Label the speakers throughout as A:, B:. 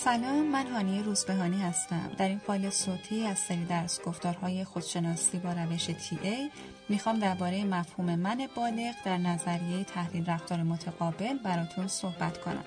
A: سلام، من هانیه روزبهانی هستم. در این فایل صوتی از سری درس گفتارهای خودشناسی با روش TA میخوام درباره مفهوم من بالغ در نظریه تحلیل رفتار متقابل براتون صحبت کنم.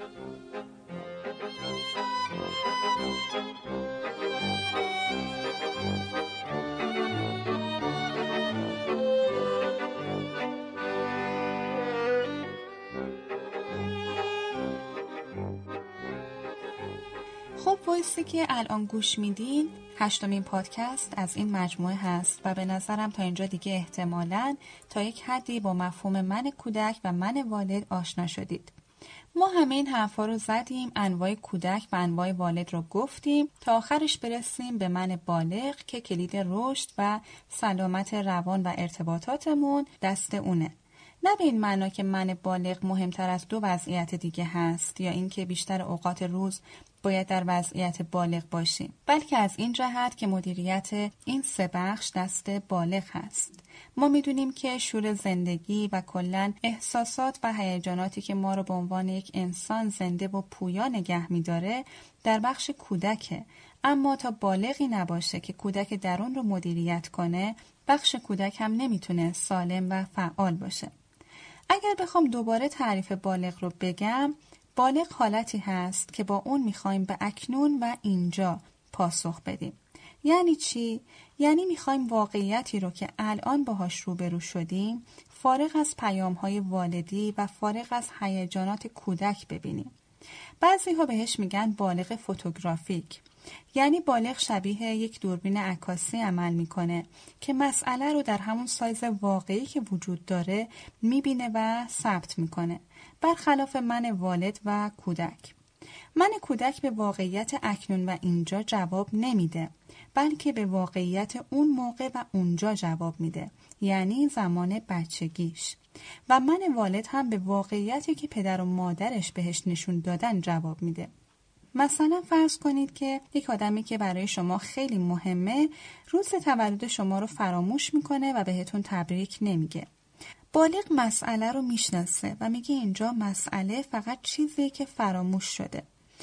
A: خب وایسی که الان گوش میدین 8مین پادکست از این مجموعه هست و به نظرم تا اینجا دیگه احتمالاً تا یک حدی با مفهوم من کودک و من والد آشنا شدید. ما همه این حرفا رو زدیم، انواع کودک و انواع والد رو گفتیم تا آخرش برسیم به من بالغ که کلید رشد و سلامت روان و ارتباطاتمون دست اونه. نه به این معنا که من بالغ مهمتر از دو وضعیت دیگه هست یا اینکه بیشتر اوقات روز باید در وضعیت بالغ باشیم، بلکه از این جهت که مدیریت این سه بخش دست بالغ هست. ما میدونیم که شور زندگی و کلاً احساسات و هیجاناتی که ما رو به عنوان یک انسان زنده و پویا نگه می‌داره در بخش کودکه، اما تا بالغی نباشه که کودک درون رو مدیریت کنه، بخش کودک هم نمیتونه سالم و فعال باشه. اگر بخوام دوباره تعریف بالغ رو بگم، بالغ حالتی هست که با اون میخوایم به اکنون و اینجا پاسخ بدیم. یعنی چی؟ یعنی میخوایم واقعیتی رو که الان باهاش روبرو شدیم فارغ از پیام‌های والدی و فارغ از هیجانات کودک ببینیم. بعضی‌ها بهش میگن بالغ فوتوگرافیک. یعنی بالغ شبیه یک دوربین عکاسی عمل میکنه که مسئله رو در همون سایز واقعی که وجود داره میبینه و ثبت میکنه، برخلاف من والد و کودک. من کودک به واقعیت اکنون و اینجا جواب نمیده، بلکه به واقعیت اون موقع و اونجا جواب میده، یعنی زمان بچگیش. و من والد هم به واقعیتی که پدر و مادرش بهش نشون دادن جواب میده. مثلا فرض کنید که یک آدمی که برای شما خیلی مهمه روز تولد شما رو فراموش میکنه و بهتون تبریک نمیگه. بالغ مسئله رو میشناسه و میگه اینجا مسئله فقط چیزیه که فراموش شده.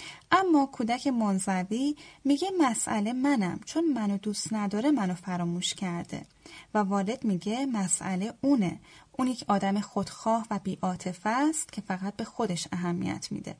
A: اما کودک منزوی میگه مسئله منم، چون منو دوست نداره منو فراموش کرده. و والد میگه مسئله اونه، اون یک آدم خودخواه و بی‌عاطفه است که فقط به خودش اهمیت میده.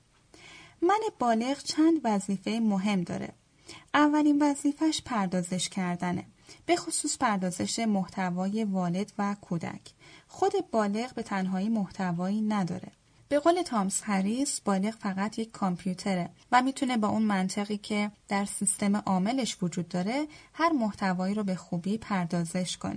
A: من بالغ چند وظیفه مهم داره. اولین وظیفش پردازش کردنه، به خصوص پردازش محتوای والد و کودک. خود بالغ به تنهایی محتوایی نداره. به قول تامس هریس، بالغ فقط یک کامپیوتره و میتونه با اون منطقی که در سیستم عاملش وجود داره هر محتوایی رو به خوبی پردازش کنه.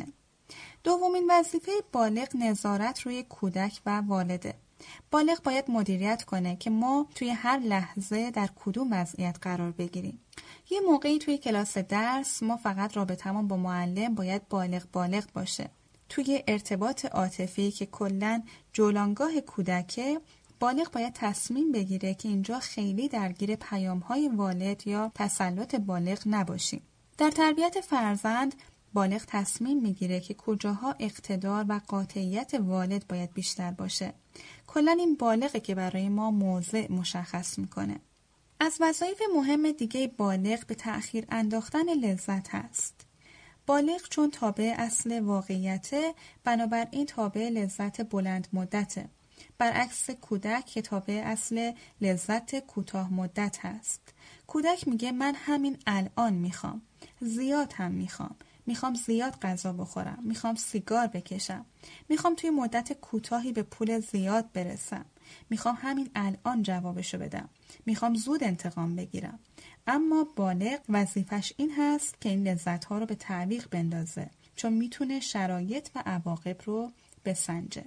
A: دومین وظیفه بالغ نظارت روی کودک و والده. بالغ باید مدیریت کنه که ما توی هر لحظه در کدوم وضعیت قرار بگیریم. یه موقعی توی کلاس درس ما فقط رابطمون با معلم باید بالغ باشه. توی ارتباط عاطفی که کلاً جولانگاه کودکه، بالغ باید تصمیم بگیره که اینجا خیلی درگیر پیام‌های والد یا تسلط بالغ نباشیم. در تربیت فرزند بالغ تصمیم میگیره که کجاها اقتدار و قاطعیت والد باید بیشتر باشه. کلاً این بالغه که برای ما موضع مشخص میکنه. از وظایف مهم دیگه بالغ به تأخیر انداختن لذت هست. بالغ چون تابع اصل واقعیته، بنابراین تابع لذت بلند مدته. برعکس کودک که تابع اصل لذت کوتاه مدت هست. کودک میگه من همین الان میخوام، زیاد هم میخوام زیاد غذا بخورم، میخوام سیگار بکشم، میخوام توی مدت کوتاهی به پول زیاد برسم، میخوام همین الان جوابشو بدم، میخوام زود انتقام بگیرم. اما بالغ وظیفش این هست که این لذت‌ها رو به تعویق بندازه، چون میتونه شرایط و عواقب رو بسنجه.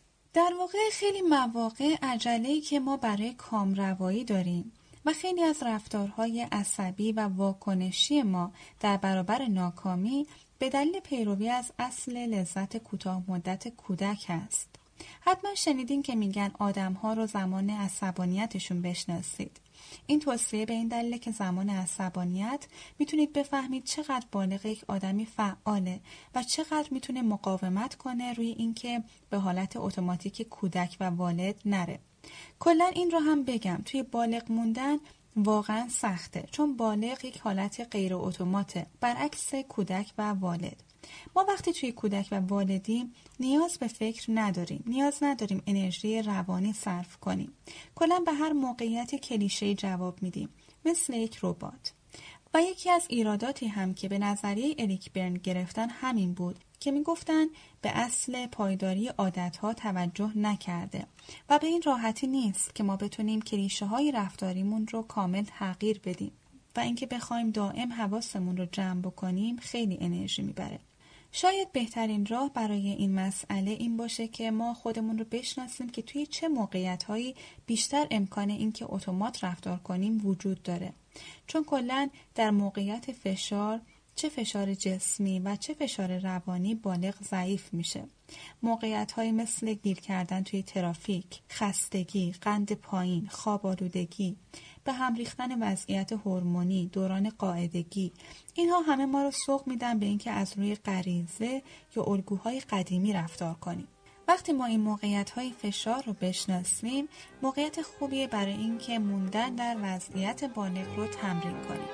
A: در واقع خیلی مواقع عجله‌ای که ما برای کامروایی داریم و خیلی از رفتارهای عصبی و واکنشی ما در برابر ناکامی به دلیل پیروی از اصل لذت کوتاه مدت کودک است. حتما شنیدین که میگن آدم‌ها رو زمان عصبانیتشون بشناسید. این توصیه به این دلیله که زمان عصبانیت میتونید بفهمید چقدر بالغ یک آدمی فعاله و چقدر میتونه مقاومت کنه روی اینکه به حالت اتوماتیک کودک و والد نره. کلا این رو هم بگم، توی بالغ موندن واقعا سخته، چون بالغ یک حالت غیر اتوماته، برعکس کودک و والد. ما وقتی توی کودک و والدیم نیاز به فکر نداریم، نیاز نداریم انرژی روانی صرف کنیم. کلاً به هر موقعیت کلیشه‌ای جواب میدیم، مثل یک ربات. و یکی از ایراداتی هم که به نظریه اریک برن گرفتن همین بود که میگفتن به اصل پایداری عادتها توجه نکرده و به این راحتی نیست که ما بتونیم کلیشه‌های رفتاریمون رو کامل تغییر بدیم و اینکه بخوایم دائم حواسمون رو جمع بکنیم خیلی انرژی میبره. شاید بهترین راه برای این مسئله این باشه که ما خودمون رو بشناسیم که توی چه موقعیت‌هایی بیشتر امکان این که اتومات رفتار کنیم وجود داره. چون کلاً در موقعیت فشار، چه فشار جسمی و چه فشار روانی، بالغ ضعیف میشه. موقعیت‌هایی مثل گیر کردن توی ترافیک، خستگی، قند پایین، خواب آلودگی، به هم ریختن وضعیت هورمونی، دوران قاعدگی، اینها همه ما رو سوق میدن به اینکه از روی غریزه یا الگوهای قدیمی رفتار کنیم. وقتی ما این موقعیت‌های فشار رو بشناسیم، موقعیت خوبیه برای اینکه موندن در وضعیت بالغ رو تمرین کنیم.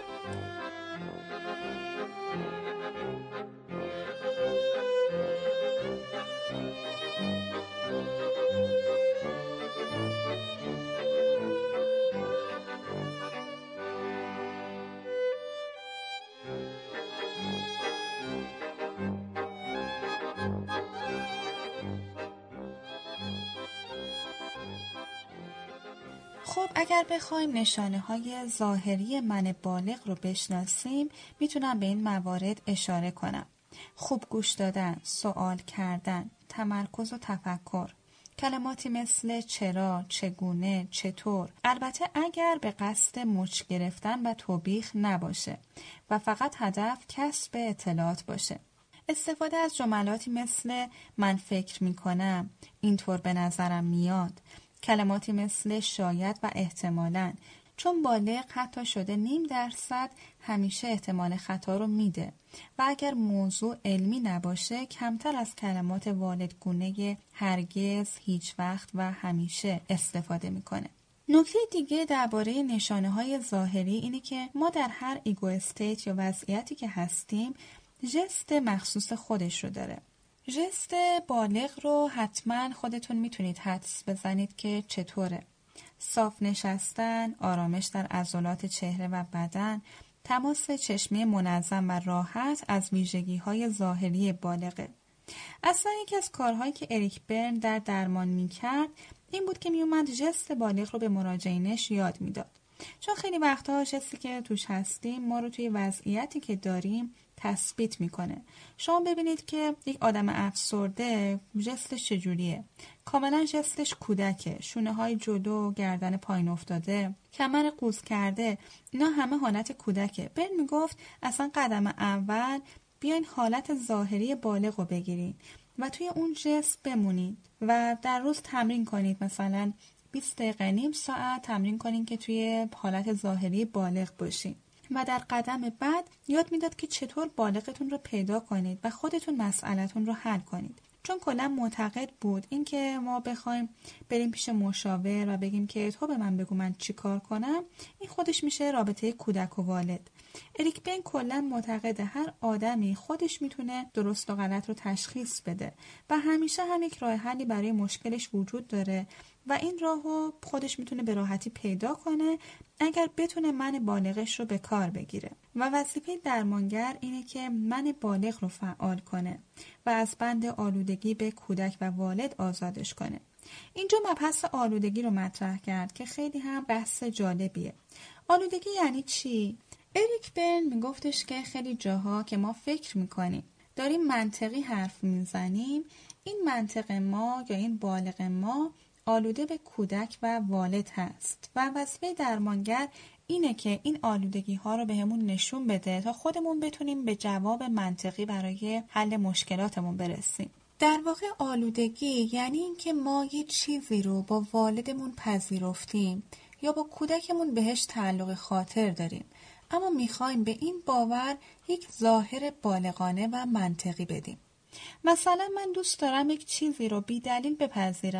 A: خب اگر بخوایم نشانه‌های ظاهری من بالغ رو بشناسیم، میتونم به این موارد اشاره کنم. خوب گوش دادن، سوال کردن، تمرکز و تفکر. کلماتی مثل چرا، چگونه، چطور، البته اگر به قصد مچ گرفتن و توبیخ نباشه و فقط هدف کسب اطلاعات باشه. استفاده از جملاتی مثل من فکر میکنم، اینطور به نظرم میاد، کلماتی مثل شاید و احتمالاً، چون بالغ حتی شده 0.5% همیشه احتمال خطا رو میده و اگر موضوع علمی نباشه کمتر از کلمات والدگونه هرگز، هیچ وقت و همیشه استفاده میکنه. نکته دیگه درباره نشانه‌های ظاهری اینه که ما در هر ایگو استیت یا وضعیتی که هستیم ژست مخصوص خودش رو داره. ژست بالغ رو حتما خودتون میتونید حدس بزنید که چطوره. صاف نشستن، آرامش در عضلات چهره و بدن، تماس چشمی منظم و راحت از ویژگی‌های ظاهری بالغه. اصلا یکی از کارهایی که اریک برن در درمان میکرد این بود که میومد ژست بالغ رو به مراجعینش یاد میداد. چون خیلی وقتها ژستی که توش هستیم ما رو توی وضعیتی که داریم تثبیت میکنه. شما ببینید که یک آدم افسرده ژستش چجوریه؟ کاملا ژستش کودکه، شونه های جلو، گردن پایین افتاده، کمر قوز کرده، اینا همه حالت کودکه. برن میگفت اصلا قدم اول بیاین حالت ظاهری بالغ رو بگیرید و توی اون ژست بمونید و در روز تمرین کنید. مثلا 20 دقیقه، نیم ساعت تمرین کنین که توی حالت ظاهری بالغ باشین و در قدم بعد یاد میداد که چطور بالغتون رو پیدا کنید و خودتون مسئله‌تون رو حل کنید. چون کلا معتقد بود اینکه ما بخوایم بریم پیش مشاور و بگیم که تو به من بگو من چی کار کنم، این خودش میشه رابطه کودک و والد. اریک برن کلا معتقد هر آدمی خودش میتونه درست و غلط رو تشخیص بده و همیشه هم یک راه حلی برای مشکلش وجود داره و این راهو خودش میتونه به راحتی پیدا کنه اگر بتونه من بالغش رو به کار بگیره. و وظیفه درمانگر اینه که من بالغ رو فعال کنه و از بند آلودگی به کودک و والد آزادش کنه. اینجا مبحث آلودگی رو مطرح کرد که خیلی هم بحث جالبیه. آلودگی یعنی چی؟ اریک برن میگفتش که خیلی جاها که ما فکر میکنیم داریم منطقی حرف میزنیم، این منطق ما یا این بالغ ما آلوده به کودک و والد هست و وظیفه درمانگر اینه که این آلودگی ها رو بهمون نشون بده تا خودمون بتونیم به جواب منطقی برای حل مشکلاتمون برسیم. در واقع آلودگی یعنی اینکه ما یه چیزی رو با والدمون پذیرفتیم یا با کودکمون بهش تعلق خاطر داریم، اما میخوایم به این باور یک ظاهر بالغانه و منطقی بدیم. مثلا من دوست دارم یک چیزی رو بی دلیل بپذیرم.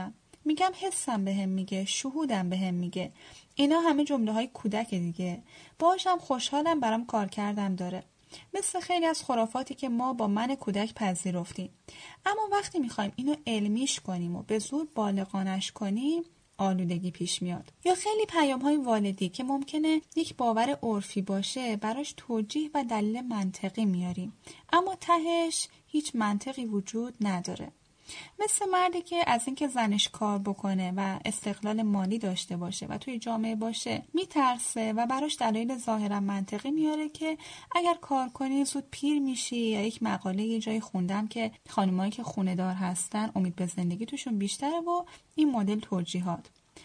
A: میگم حسم بهم میگه، شهودم بهم میگه. اینا همه جمله‌های کودک دیگه. باهاشم خوشحالم، برام کار کردم داره. مثل خیلی از خرافاتی که ما با من کودک پذیرفتیم. اما وقتی میخوایم اینو علمیش کنیم و به زور بالغانش کنیم، آلودگی پیش میاد. یا خیلی پیام‌های والدی که ممکنه یک باور عرفی باشه براش توجیه و دلیل منطقی میاریم، اما تهش هیچ منطقی وجود نداره. مثل مردی که از اینکه زنش کار بکنه و استقلال مالی داشته باشه و توی جامعه باشه میترسه و براش دلایل ظاهرا منطقی میاره که اگر کار کنی زود پیر میشی، یا یک مقاله یه جایی خوندم که خانمایی که خونه دار هستن امید به زندگی توشون بیشتره و این مدل توجیهات.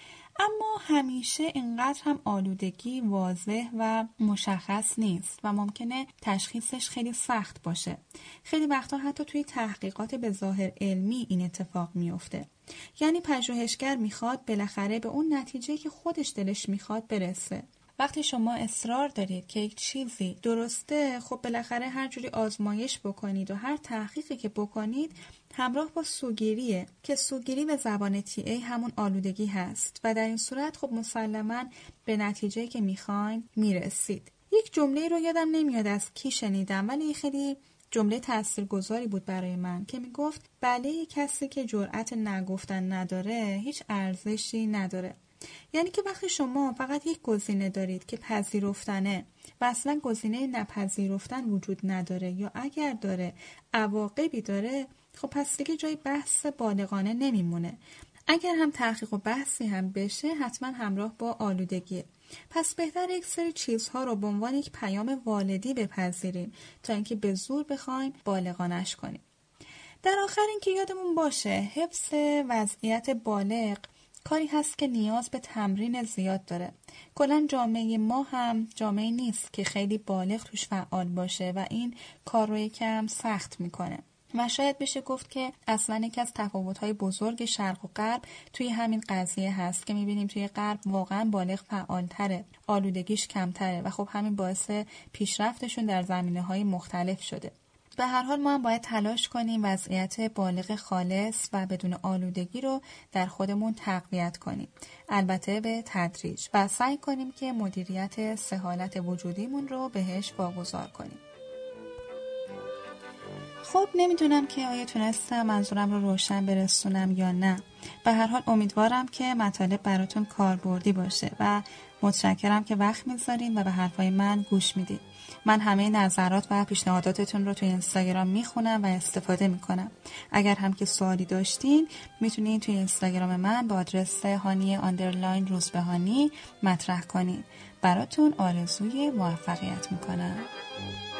A: اما همیشه اینقدر هم آلودگی واضح و مشخص نیست و ممکنه تشخیصش خیلی سخت باشه. خیلی وقتا حتی توی تحقیقات به ظاهر علمی این اتفاق میفته. یعنی پژوهشگر میخواد بالاخره به اون نتیجه که خودش دلش میخواد برسه. وقتی شما اصرار دارید که یک چیزی درسته، خب بالاخره هر جوری آزمایش بکنید و هر تحقیقی که بکنید همراه با سوگیریه که سوگیری به زبان TA همون آلودگی هست و در این صورت خب مسلماً به نتیجه‌ای که میخواین میرسید. یک جمله رو یادم نمیاد از کی شنیدم، ولی خیلی جمله تاثیرگذاری بود برای من که میگفت بله، کسی که جرأت نگفتن نداره هیچ ارزشی نداره. یعنی که وقتی شما فقط یک گزینه دارید که پذیرفتنه و اصلا گزینه نپذیرفتن وجود نداره، یا اگر داره عواقبی داره، خب پس دیگه جای بحث بالغانه نمیمونه. اگر هم تحقیق و بحثی هم بشه حتما همراه با آلودگیه. پس بهتر یک سری چیزها رو به عنوان یک پیام والدی بپذیریم تا اینکه به زور بخوایم بالغانش کنیم. در آخر اینکه یادمون باشه حفظ وضعیت بالغ کاری هست که نیاز به تمرین زیاد داره. کلاً جامعه ما هم جامعه نیست که خیلی بالغ توش فعال باشه و این کار رو یکم سخت میکنه. و شاید بشه گفت که اصلاً یکی از تفاوت‌های بزرگ شرق و غرب توی همین قضیه هست که می‌بینیم توی غرب واقعاً بالغ فعال‌تره، آلودگیش کمتره و خب همین باعث پیشرفتشون در زمینه‌های مختلف شده. به هر حال ما هم باید تلاش کنیم وضعیت بالغ خالص و بدون آلودگی رو در خودمون تقویت کنیم، البته به تدریج، و سعی کنیم که مدیریت سه حالت وجودیمون رو بهش واگذار کنیم. خب نمیدونم که آیا تونستم منظورم رو روشن برسونم یا نه. به هر حال امیدوارم که مطالب براتون کاربردی باشه و متشکرم که وقت میذارین و به حرفای من گوش میدین. من همه نظرات و پیشنهاداتتون رو توی اینستاگرام میخونم و استفاده میکنم. اگر هم که سوالی داشتین میتونین توی اینستاگرام من با آدرس هانی_روزبهانی مطرح کنین. براتون آرزوی موفقیت میکنم.